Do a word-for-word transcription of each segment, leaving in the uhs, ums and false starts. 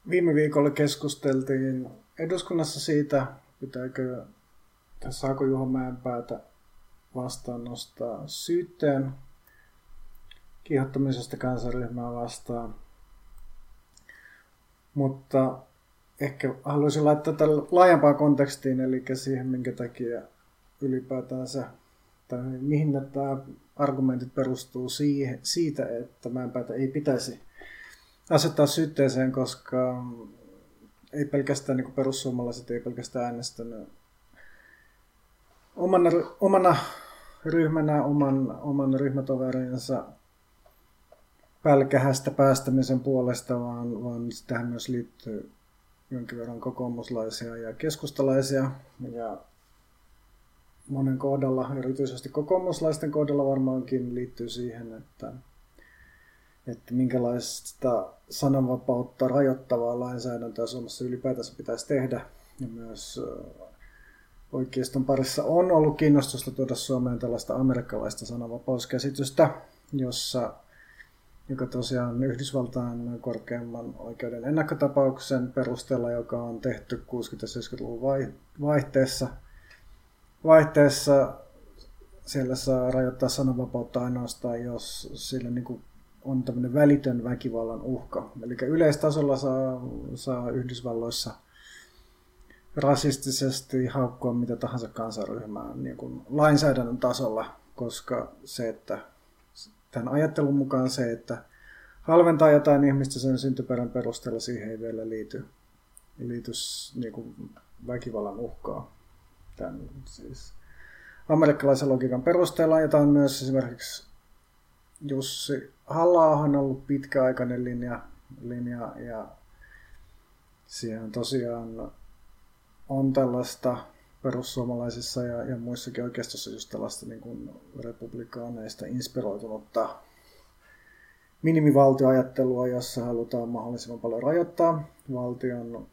Viime viikolla keskusteltiin eduskunnassa siitä, pitääkö tai saako Juho Mäenpäätä vastaan nostaa syytteen kiihottamisesta kansanryhmää vastaan. Mutta ehkä haluaisin laittaa tällä laajempaan kontekstiin, eli siihen, minkä takia ylipäätänsä, tai mihin nämä argumentit perustuu siihen, siitä, että Mäenpäätä ei pitäisi asettaa syytteeseen, koska ei pelkästään niin kuin perussuomalaiset, ei pelkästään äänestänyt omana, omana ryhmänä, oman, oman ryhmätoverinsa pälkähästä päästämisen puolesta, vaan, vaan tähän myös liittyy jonkin verran kokoomuslaisia ja keskustalaisia. Ja monen kohdalla, erityisesti kokoomuslaisten kohdalla varmaankin liittyy siihen, että että minkälaista sananvapautta rajoittavaa lainsäädäntöä Suomessa ylipäätänsä pitäisi tehdä. Ja myös oikeiston parissa on ollut kiinnostusta tuoda Suomeen tällaista amerikkalaista sananvapauskäsitystä, jossa, joka tosiaan Yhdysvaltain korkeimman oikeuden ennakkotapauksen perusteella, joka on tehty kuusikymmentä- ja seitsemänkymmentäluvun vaihteessa, vaihteessa siellä saa rajoittaa sananvapautta ainoastaan, jos sillä niin kuin on tämmöinen välitön väkivallan uhka. Eli yleistasolla saa, saa Yhdysvalloissa rasistisesti haukkua mitä tahansa kansanryhmää niin kuin lainsäädännön tasolla, koska se, että tämän ajattelun mukaan se, että halventaa jotain ihmistä sen syntyperän perusteella, siihen ei vielä liity, liity niin kuin väkivallan uhkaa. Tämän siis amerikkalaisen logiikan perusteella, jota on myös esimerkiksi Jussi Halla-aho on ollut pitkäaikainen linja, linja ja siihen tosiaan on tällaista perussuomalaisissa ja, ja muissakin oikeistossa just tällaista niin kuin republikaaneista inspiroitunutta minimivaltioajattelua, jossa halutaan mahdollisimman paljon rajoittaa valtion,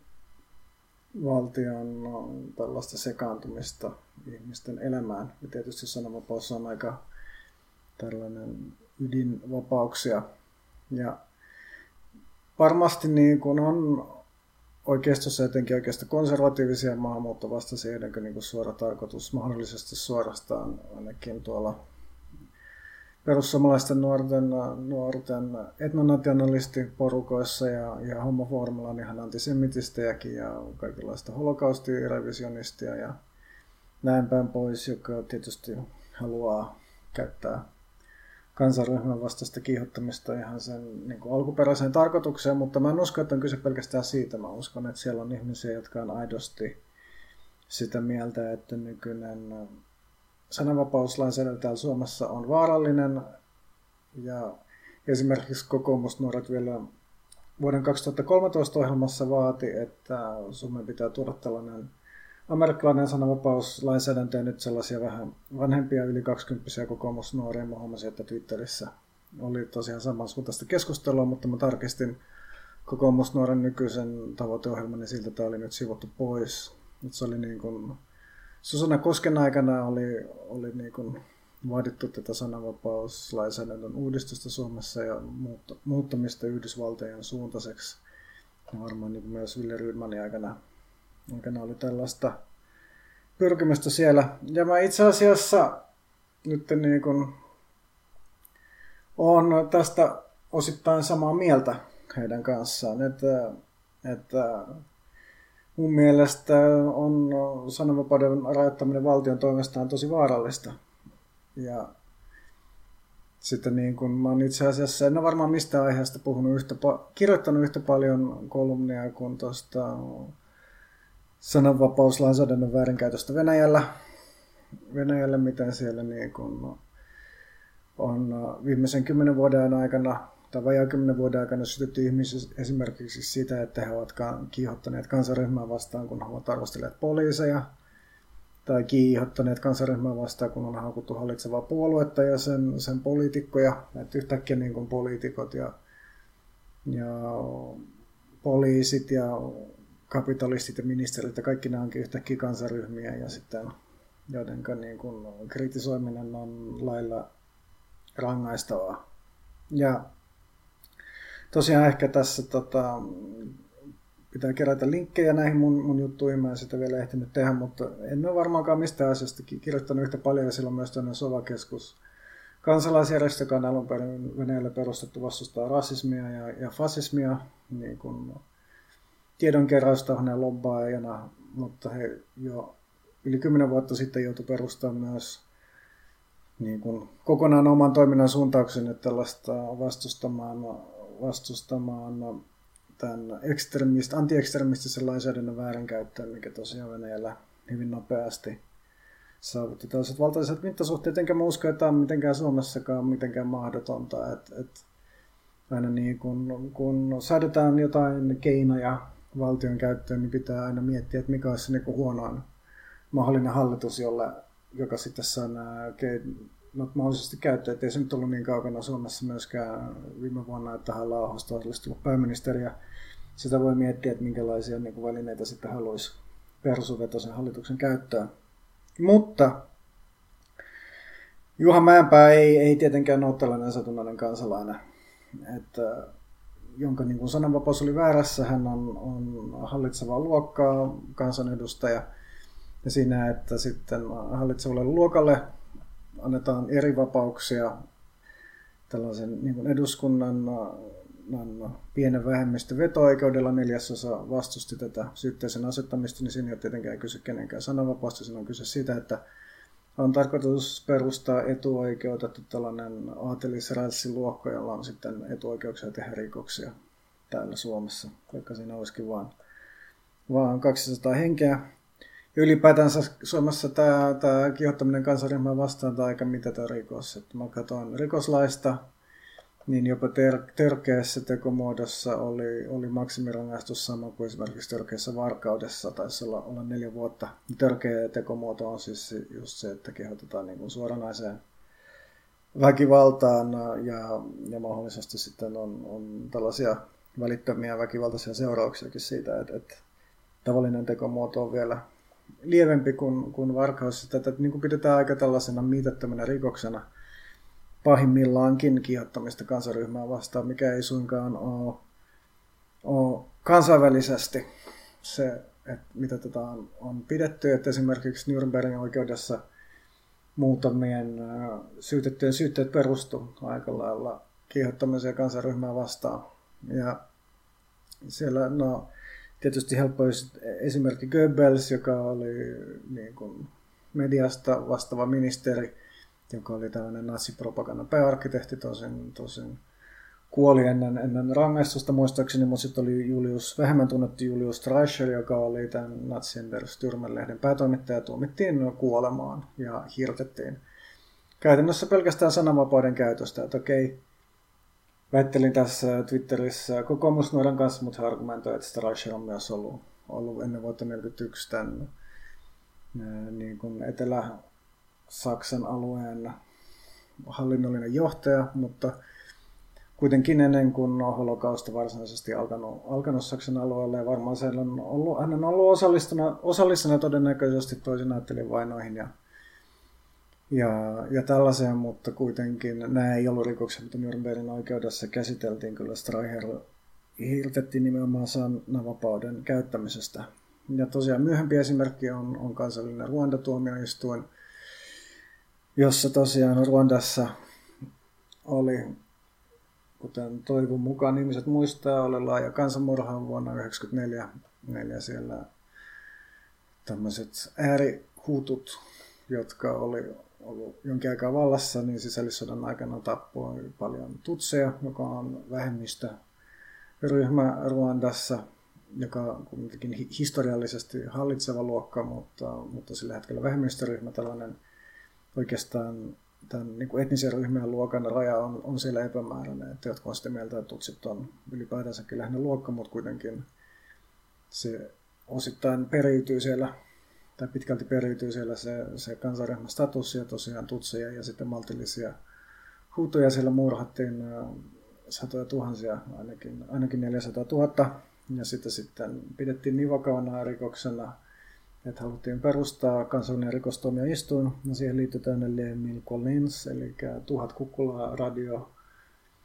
valtion tällaista sekaantumista ihmisten elämään. Ja tietysti sananvapaus on aika tällainen ydinvapauksia. Ja varmasti niin kun on oikeistossa jotenkin oikeasta konservatiivisia maahanmuuttovastaisia, joiden niin suora tarkoitus mahdollisesti suorastaan ainakin tuolla perussuomalaisten nuorten, nuorten etnonationalistiporukoissa ja, ja homofoorumilla on ihan antisemitistejäkin ja kaikenlaista holokaustirevisionistia ja näin päin pois, joka tietysti haluaa käyttää kansanryhmän vastaista kiihottamista ihan sen niin kuin alkuperäiseen tarkoitukseen, mutta mä en usko, että on kyse pelkästään siitä. Mä uskon, että siellä on ihmisiä, jotka on aidosti sitä mieltä, että nykyinen sananvapauslainsäädäntö täällä Suomessa on vaarallinen. Ja esimerkiksi kokoomusnuoret vielä vuoden kaksituhattakolmetoista ohjelmassa vaati, että Suomen pitää tuoda tällainen amerikkalainen sananvapauslainsäädäntö ja nyt sellaisia vähän vanhempia yli kaksikymppisiä kokoomusnuoria. Mä huomasin, että Twitterissä oli tosiaan samansuuntaista keskustelua, mutta mä tarkistin kokoomusnuoren nykyisen tavoiteohjelman ja siltä tämä oli nyt sivuttu pois. Nyt se oli niin kuin, Susanna Kosken aikana oli, oli niin kuin vaadittu tätä sananvapauslainsäädännön uudistusta Suomessa ja muuttamista Yhdysvaltojen suuntaiseksi. Ja varmaan niin myös Ville Rydmanin aikana aikana oli tällaista pyrkimystä siellä. Ja mä itse asiassa nyt niin kuin olen tästä osittain samaa mieltä heidän kanssaan, että, että mun mielestä on sananvapauden rajoittaminen valtion toimestaan tosi vaarallista. Ja sitten niin kuin mä oon itse asiassa, en ole varmaan mistä aiheesta puhunut yhtä, kirjoittanut yhtä paljon kolumnia kuin tuosta sananvapauslainsäädännön väärinkäytöstä Venäjällä, Venäjällä miten siellä niin kun on viimeisen kymmenen vuoden aikana tai vajaa kymmenen vuoden aikana sytytty ihmisiä esimerkiksi sitä, että he ovat kiihottaneet kansanryhmää vastaan, kun he ovat arvostelleet poliiseja, tai kiihottaneet kansanryhmää vastaan, kun on haukuttu hallitsevaa puoluetta ja sen, sen poliitikkoja, että yhtäkkiä niin kuin poliitikot ja, ja poliisit ja kapitalistit ja ministerit ja kaikki nämä onkin yhtäkkiä kansanryhmiä ja sitten joidenka niin kuin kritisoiminen on lailla rangaistavaa. Ja tosiaan ehkä tässä tota, pitää kerätä linkkejä näihin mun, mun juttuihin. Mä en sitä vielä ehtinyt tehdä, mutta en ole varmaankaan mistään asiasta kirjoittanut yhtä paljon. Ja silloin myös tämmöinen Sova-keskus kansalaisjärjestö, joka on alun perin Venäjällä perustettu vastustaa rasismia ja, ja fasismia niin kuin tiedonkeräystahona ja lobbaajana, mutta he jo yli kymmenen vuotta sitten joutui perustamaan myös niin kuin kokonaan oman toiminnan suuntauksen, että tällaista vastustamaan, vastustamaan tämän ekstremist, anti-ekstremistisen lainsäädännön väärinkäyttöä, mikä tosiaan Venäjällä hyvin nopeasti saavutti tällaiset valtaiset mittasuhteet, enkä mä usko, että on mitenkään Suomessakaan mitenkään mahdotonta. Et, et aina niin kun, kun säädetään jotain keinoja valtion käyttöön, niin pitää aina miettiä, että mikä olisi se niin huonoin mahdollinen hallitus, jolle, joka sitten saa nämä keinot mahdollisesti käyttöön. Että ei se nyt ollut niin kaukana Suomessa myöskään viime vuonna, että Halla-ahosta olisi tullut pääministeri. Ja sitä voi miettiä, että minkälaisia niin välineitä sitten haluaisi persuvetoisen hallituksen käyttöön. Mutta Juha Mäenpää ei, ei tietenkään ole tällainen satunnainen kansalainen, että, jonka niin kuin sananvapaus oli väärässä. Hän on, on hallitsevaa luokkaa kansanedustaja ja siinä, että sitten hallitsevalle luokalle annetaan eri vapauksia tällaisen niin kuin eduskunnan pienen vähemmistön veto-oikeudella neljäsosa vastusti tätä syytteisen asettamista, niin siinä ei ole tietenkään kyse kenenkään sananvapaasta. Siinä on kyse siitä, että on tarkoitus perustaa etuoikeutettu tällainen aatelisrälssiluokka, jolla on sitten etuoikeuksia tehdä rikoksia täällä Suomessa, vaikka siinä olisikin vaan, vaan kaksisataa henkeä. Ja ylipäätänsä Suomessa tämä, tämä kiihottaminen kansanryhmää vastaan tai aika mitätön rikos. Että mä katsoin rikoslaista, niin jopa ter- törkeässä tekomuodossa oli, oli maksimirangaistus sama kuin esimerkiksi törkeässä varkaudessa, taisi olla, olla neljä vuotta. Törkeä tekomuoto on siis just se, että kehotetaan niin kuin suoranaiseen väkivaltaan ja, ja mahdollisesti sitten on, on tällaisia välittömiä väkivaltaisia seurauksiakin siitä, että, että tavallinen tekomuoto on vielä lievempi kuin, kuin varkaus. Tätä niin kuin pidetään aika tällaisena mitättömänä rikoksena. Pahimmillaankin kiihottamista kansanryhmää vastaan, mikä ei suinkaan ole, ole kansainvälisesti se, että mitä tätä on, on pidetty. Että esimerkiksi Nürnbergin oikeudessa muutamien syytettyjen syytteet perustu aika lailla kiihottamiseen kansanryhmää vastaan. Ja siellä, no, tietysti helppo esimerkki Goebbels, joka oli niin kuin mediasta vastaava ministeri, joka oli tällainen natsipropagandan pääarkkitehti, tosin, tosin kuoli ennen, ennen rangaistusta muistaakseni, mutta sitten oli Julius, vähemmän tunnettu Julius Streicher, joka oli tämän Natsien der Stürmer-lehden päätoimittaja, tuomittiin kuolemaan ja hirtettiin. Käytännössä pelkästään sananvapauden käytöstä, että okei, väittelin tässä Twitterissä kokoomusnuoren kanssa, mutta he argumentoivat, että Streicher on myös ollut, ollut ennen vuotta tuhatyhdeksänsataaneljäkymmentäyksi tämän niin kuin Etelä- Saksan alueen hallinnollinen johtaja, mutta kuitenkin ennen kuin holokausti varsinaisesti alkanut, alkanut Saksan alueelle, ja varmaan siellä on ollut, hän on ollut osallistunut, osallisena todennäköisesti toisin ajattelin vainoihin ja, ja, ja tällaiseen, mutta kuitenkin nämä ei ollut rikoksia, mitä Nürnbergin oikeudessa käsiteltiin. Kyllä Streicher hirtettiin nimenomaan sananvapauden käyttämisestä. Ja tosiaan myöhempi esimerkki on, on kansallinen Ruanda-tuomioistuin, jossa tosiaan Ruandassa oli, kuten toivon mukaan ihmiset muistaa, oli laaja kansanmurha vuonna yhdeksänkymmentäneljä. Neljä siellä tämmöiset äärihutut, jotka oli ollut jonkin aikaa vallassa, niin sisällissodan aikana tappoi paljon tutseja, joka on vähemmistöryhmä Ruandassa, joka on kuitenkin historiallisesti hallitseva luokka, mutta, mutta sillä hetkellä vähemmistöryhmä, tällainen oikeastaan tämän niin kuin etnisen ryhmän luokan raja on, on siellä epämääräinen, että jotkut on sitä mieltä, että tutsit on ylipäätänsäkin lähinnä luokka, mutta kuitenkin se osittain periytyy siellä, tai pitkälti periytyy siellä se, se kansanryhmän status ja tosiaan tutseja ja sitten maltillisia huutoja siellä murhattiin satoja tuhansia, ainakin, ainakin neljäsataa tuhatta, ja sitten, sitten pidettiin niin vakavana rikoksena, että haluttiin perustaa kansallinen rikostuomioistuin, ja siihen liittyy tämmöinen Les Mille Collines, eli tuhat kukkulaa radio,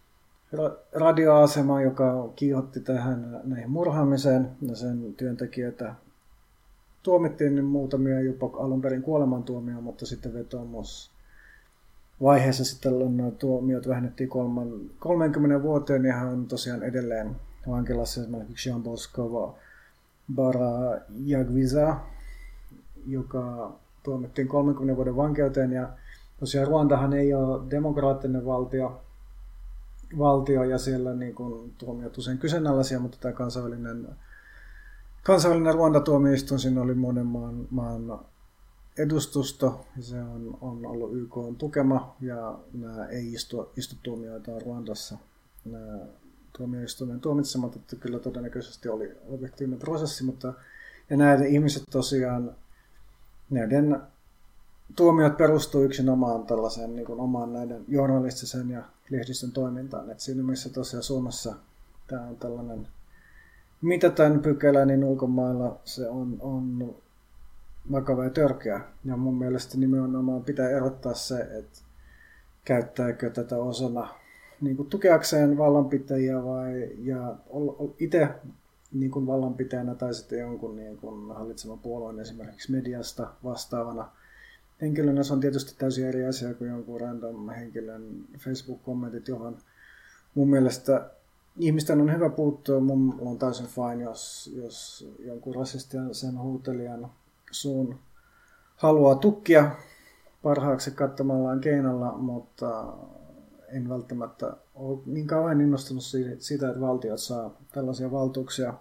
radioasema, joka kiihotti tähän näihin murhaamiseen, ja sen työntekijöitä tuomittiin niin muutamia jopa alun perin kuolemantuomioon, mutta sitten vetoomus vaiheessa sitten nuo tuomiot vähennettiin kolmeenkymmeneen vuoteen, ja hän on tosiaan edelleen vankilassa esimerkiksi Jean Bosco Barajagwiza, joka tuomittiin kolmenkymmenen vuoden vankeuteen, ja tosiaan Ruandahan ei ole demokraattinen valtio, valtio ja siellä niin kuin tuomiot usein kyseenalaisia, mutta tämä kansainvälinen, kansainvälinen Ruanda-tuomioistuin, siinä oli monen maan, maan edustusto, ja se on, on ollut Y K:n tukema, ja nämä ei istu, istu tuomioita Ruandassa. Nämä tuomioistuimen tuomitsemat, että kyllä todennäköisesti oli objektiivinen prosessi, mutta ja näiden ihmiset tosiaan, näiden tuomiot perustuu yksinomaan tällaiseen niin kuin omaan näiden journalistisen ja lehdistön toimintaan. Et siinä missä tosiaan Suomessa tämä on tällainen mitätön pykälä, niin ulkomailla se on, on vakava ja törkeä. Ja mun mielestä nimenomaan pitää erottaa se, että käyttääkö tätä osana niin kuin tukeakseen vallanpitäjiä vai ja itse niin kuin vallanpitäjänä tai sitten jonkun niin kuin hallitsevan puolueen esimerkiksi mediasta vastaavana henkilönä. Se on tietysti täysin eri asia kuin jonkun random henkilön Facebook-kommentit, johon mun mielestä ihmisten on hyvä puuttua. Mun on täysin fine, jos, jos jonkun rasistian sen huutelijan suun haluaa tukkia parhaaksi kattamallaan keinolla, mutta en välttämättä ole niin kauhean innostunut siitä, että valtiot saa tällaisia valtuuksia.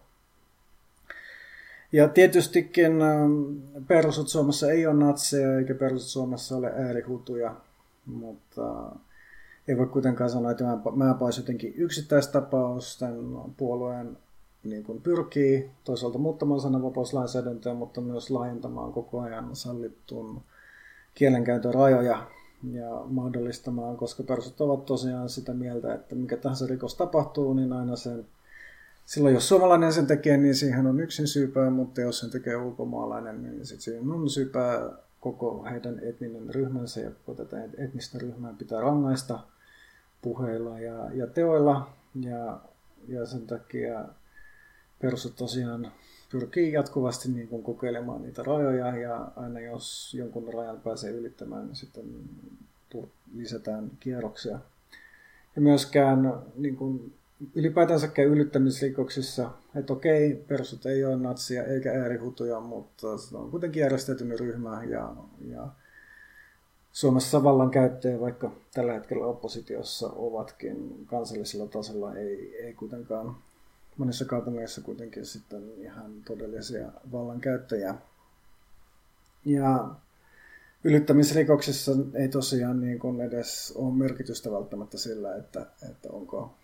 Ja tietystikin persut Suomessa ei ole natseja, eikä persut Suomessa ole äärihutuja, mutta ei voi kuitenkaan sanoa, että Mäenpää olisi jotenkin yksittäistapaus. Tämän puolueen niin kuin pyrkii toisaalta muuttamaan sananvapauslainsäädäntöä, mutta myös laajentamaan koko ajan sallittuun kielenkäytön rajoja ja mahdollistamaan, koska persut ovat tosiaan sitä mieltä, että mikä tahansa rikos tapahtuu, niin aina sen, silloin jos suomalainen sen tekee, niin siihen on yksin syypää, mutta jos sen tekee ulkomaalainen, niin sitten siihen on syypää koko heidän etninen ryhmänsä, ja koko tätä etnistä ryhmää pitää rangaista puheilla ja, ja teoilla, ja, ja sen takia persut tosiaan pyrkii jatkuvasti niin kuin kokeilemaan niitä rajoja, ja aina jos jonkun rajan pääsee ylittämään, niin sitten lisätään kierroksia. Ja myöskään niin kuin ylipäätänsäkään yllyttämisrikoksissa, että okei, persut ei ole natsia eikä äärihutuja, mutta se on kuitenkin järjestäytynyt ryhmä, ja, ja Suomessa vallankäyttäjä, vaikka tällä hetkellä oppositiossa ovatkin kansallisella tasolla, ei, ei kuitenkaan monissa kaupungeissa kuitenkin sitten ihan todellisia vallankäyttäjiä. Ja yllyttämisrikoksissa ei tosiaan niin kuin edes ole merkitystä välttämättä sillä, että, että onko,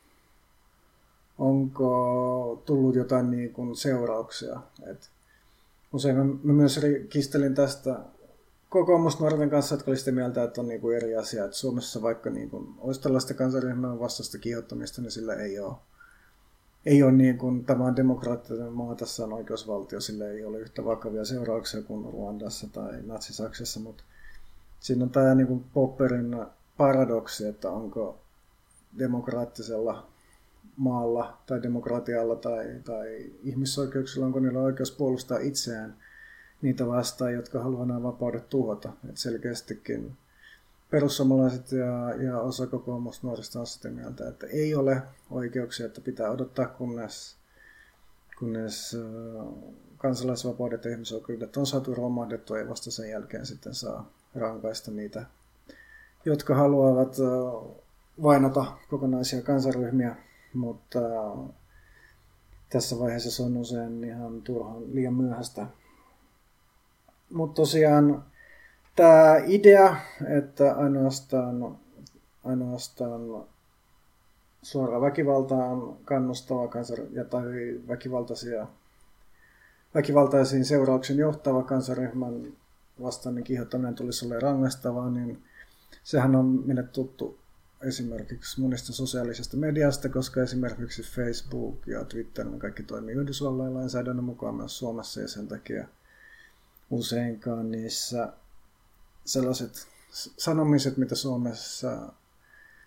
onko tullut jotain niin kuin seurauksia. Et usein mä, mä myös kistelin tästä kokoomusnuorten kanssa, jotka oli sitä mieltä, että on niin kuin eri asia. Että Suomessa vaikka niin kuin olisi tällaista kansanryhmän vastaista kiihottamista, niin sillä ei ole. Ei ole niin kuin, tämä on demokraattinen maa, tässä on oikeusvaltio, sillä ei ole yhtä vakavia seurauksia kuin Ruandassa tai Natsi-Saksassa, mutta siinä on tämä niin kuin Popperin paradoksi, että onko demokraattisella maalla tai demokratialla tai, tai ihmisoikeuksilla, onko niillä oikeus puolustaa itseään niitä vastaan, jotka haluaa nämä vapaudet tuhota. Et selkeästikin perussuomalaiset ja, ja osa kokoomusnuorista on sitä mieltä, että ei ole oikeuksia, että pitää odottaa, kunnes, kunnes kansalaisvapaudet ja ihmisoikeudet on saatu romahdettua, ja vasta sen jälkeen sitten saa rankaista niitä, jotka haluavat vainota kokonaisia kansanryhmiä, mutta tässä vaiheessa se on usein ihan turhan liian myöhäistä. Mutta tosiaan tämä idea, että ainoastaan, ainoastaan suoraan väkivaltaan kannustava kansan- ja tai väkivaltaisia, väkivaltaisiin seurauksiin johtava kansanryhmän vastainen kiihottaminen tulisi olla rangaistavaa, niin sehän on meille tuttu esimerkiksi monista sosiaalisesta mediasta, koska esimerkiksi Facebook ja Twitter, ne kaikki toimii Yhdysvaltain lainsäädännön mukaan myös Suomessa, ja sen takia useinkaan niissä sellaiset sanomiset, mitä Suomessa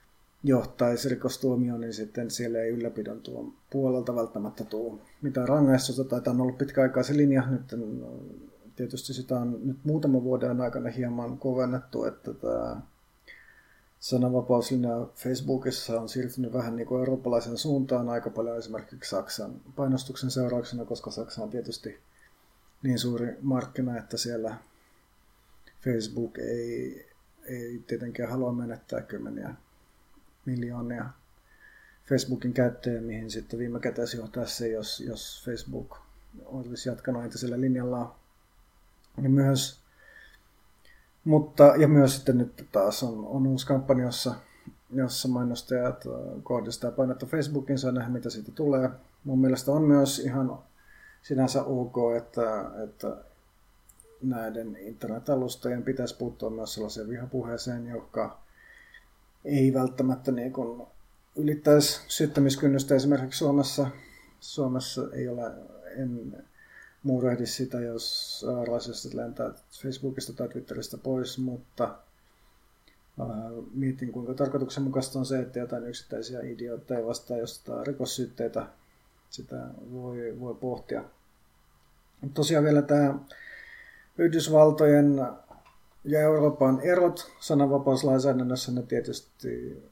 johtaisi rikostuomioon, niin sitten siellä ei ylläpidon tuon puolelta välttämättä tule mitään rangaistusta. Tai tämä on ollut pitkäaikaa se linja. Nyt tietysti sitä on nyt muutaman vuoden aikana hieman kovennettu, että tämä sananvapauslinja Facebookissa on siirtynyt vähän niin kuin eurooppalaisen suuntaan aika paljon esimerkiksi Saksan painostuksen seurauksena, koska Saksa on tietysti niin suuri markkina, että siellä Facebook ei, ei tietenkään halua menettää kymmeniä miljoonia Facebookin käyttäjiä, mihin sitten viime kädessä johtaisi se, jos, jos Facebook olisi jatkanut entisellä linjallaan. Ja myös, mutta, ja myös sitten nyt taas on, on uusi kampanja, jossa, jossa mainostajat kohdistaa painetta Facebookin, saa nähdä mitä siitä tulee. Mun mielestä on myös ihan sinänsä ok, että, että näiden internet-alustojen pitäisi puuttua myös sellaiseen vihapuheeseen, joka ei välttämättä niin kuin ylittäisi syyttämiskynnystä. Esimerkiksi Suomessa, Suomessa ei ole, en muurehdi sitä, jos rasistit lentää Facebookista tai Twitteristä pois, mutta äh, mietin kuinka tarkoituksenmukaista on se, että jotain yksittäisiä idiootteja vastaan jostain rikossyytteitä sitä voi, voi pohtia. Tosiaan vielä tämä Yhdysvaltojen ja Euroopan erot sananvapauslainsäädännössä, ne tietysti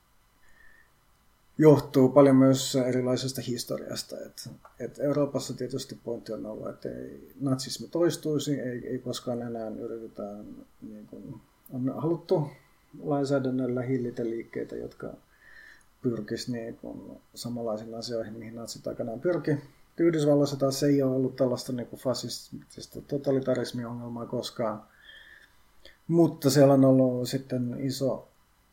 johtuu paljon myös erilaisesta historiasta. Et, et Euroopassa tietysti pointti on ollut, että ei natsismi toistuisi, ei, ei koskaan enää yritetä, niin kuin on haluttu lainsäädännöllä hillitä liikkeitä, jotka pyrkisivät niin kuin samanlaisiin asioihin, mihin natsit aikanaan pyrki. Yhdysvalloissa taas ei ole ollut tällaista niin kuin fasistista totalitarismiongelmaa koskaan, mutta siellä on ollut sitten iso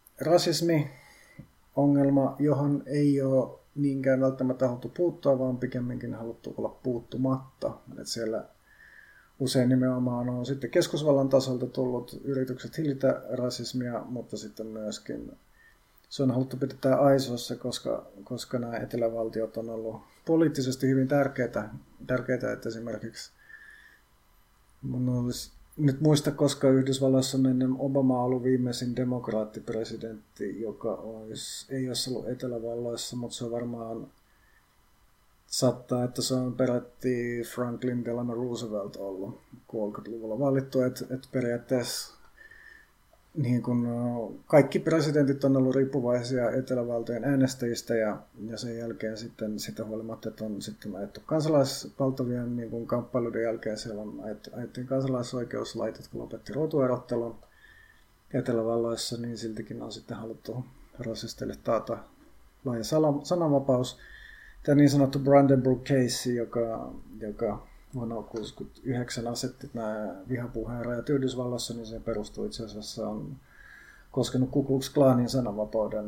rasismi-ongelma, johon ei ole niinkään välttämättä haluttu puuttua, vaan pikemminkin haluttu olla puuttumatta. Et siellä usein nimenomaan on sitten keskusvallan tasolta tullut yritykset hillitä rasismia, mutta sitten myöskin se on haluttu pitää aisoissa, koska, koska nämä etelävaltiot on ollut poliittisesti hyvin tärkeitä, tärkeitä että esimerkiksi mun olisi nyt muista, koska Yhdysvalloissa on ennen Obamaa ollut viimeisin demokraattipresidentti, joka olisi, ei olisi ollut Etelävalloissa, mutta se on varmaan saattaa, että se on peräti Franklin Delano Roosevelt ollut kolmekymmentäluvulla valittu, että, että periaatteessa niin kun kaikki presidentit on ollut riippuvaisia Etelävaltojen äänestäjistä ja, ja sen jälkeen sitten sitä huolimatta, että on sitten ajettu kansalaisvaltavien niin kun kamppailuiden jälkeen siellä on ajettu, ajettiin kansalaisoikeuslait, jotka lopetti rotuerottelun Etelävalloissa, niin siltikin on sitten haluttu rasisteille taata laaja sananvapaus. Tämä niin sanottu Brandenburg case, joka, joka vuonna tuhatyhdeksänsataakuusikymmentäyhdeksän asetti nämä vihapuheen rajat Yhdysvalloissa, niin se perustuu itse asiassa on koskenut Ku Klux Klanin sananvapauden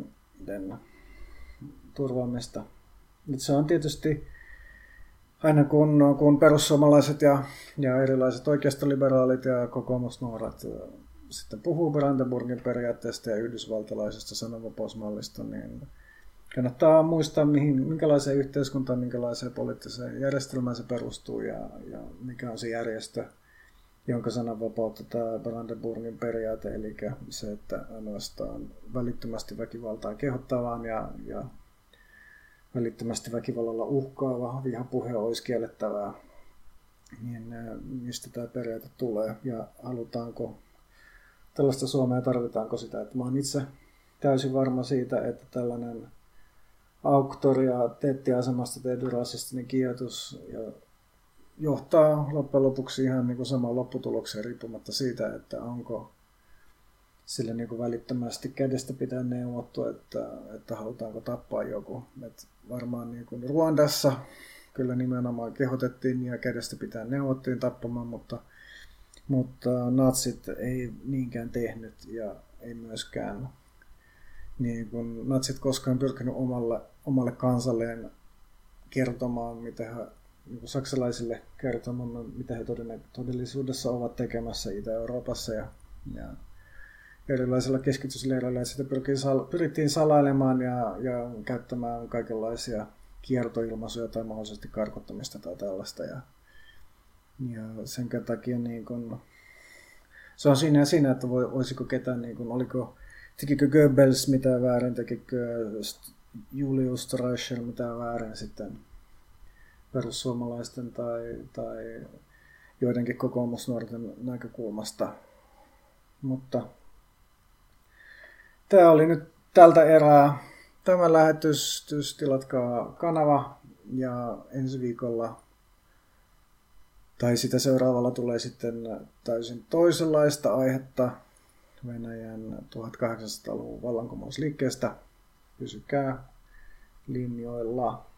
turvaamista. Nyt se on tietysti aina kun, kun perussuomalaiset ja, ja erilaiset oikeistoliberaalit ja kokoomusnuoret sitten puhuu Brandenburgin periaatteesta ja yhdysvaltalaisesta sananvapausmallista, niin kannattaa muistaa, mihin, minkälaiseen yhteiskuntaan, minkälaiseen poliittiseen järjestelmään se perustuu ja, ja mikä on se järjestö, jonka sananvapautta tämä Brandenburgin periaate, eli se, että ainoastaan välittömästi väkivaltaa kehottavaan ja, ja välittömästi väkivallalla uhkaava vihapuhe olisi kiellettävää, niin mistä tämä periaate tulee ja halutaanko tällaista Suomea, tarvitaanko sitä, että mä olen itse täysin varma siitä, että tällainen auktoriteettiasemasta tehty rasistinen kiihotus johtaa loppujen lopuksi ihan niin kuin samaan lopputulokseen riippumatta siitä, että onko sille niin kuin välittömästi kädestä pitää neuvottua, että, että halutaanko tappaa joku. Et varmaan niin kuin Ruandassa kyllä nimenomaan kehotettiin ja kädestä pitää neuvottiin tappamaan, mutta, mutta natsit ei niinkään tehnyt ja ei myöskään niin kun natsit koskaan pyrkinyt omalle, omalle kansalleen kertomaan, mitä he, niin saksalaisille kertomaan, mitä he todellisuudessa ovat tekemässä Itä-Euroopassa ja, ja erilaisilla keskitysleireillä. Sitä pyrittiin salailemaan ja, ja käyttämään kaikenlaisia kiertoilmaisuja tai mahdollisesti karkottamista tai tällaista. Ja, ja sen takia niin kun, se on siinä ja siinä, että voi, olisiko ketään, niin kun, oliko tekikö Goebbels mitään väärin, tekikö Julius Streicher mitään väärin sitten perussuomalaisten tai, tai joidenkin kokoomusnuorten näkökulmasta. Mutta tämä oli nyt tältä erää tämä lähetys. Tilatkaa kanava ja ensi viikolla tai sitä seuraavalla tulee sitten täysin toisenlaista aihetta Venäjän tuhatkahdeksansataaluvun vallankumousliikkeestä. Pysykää linjoilla.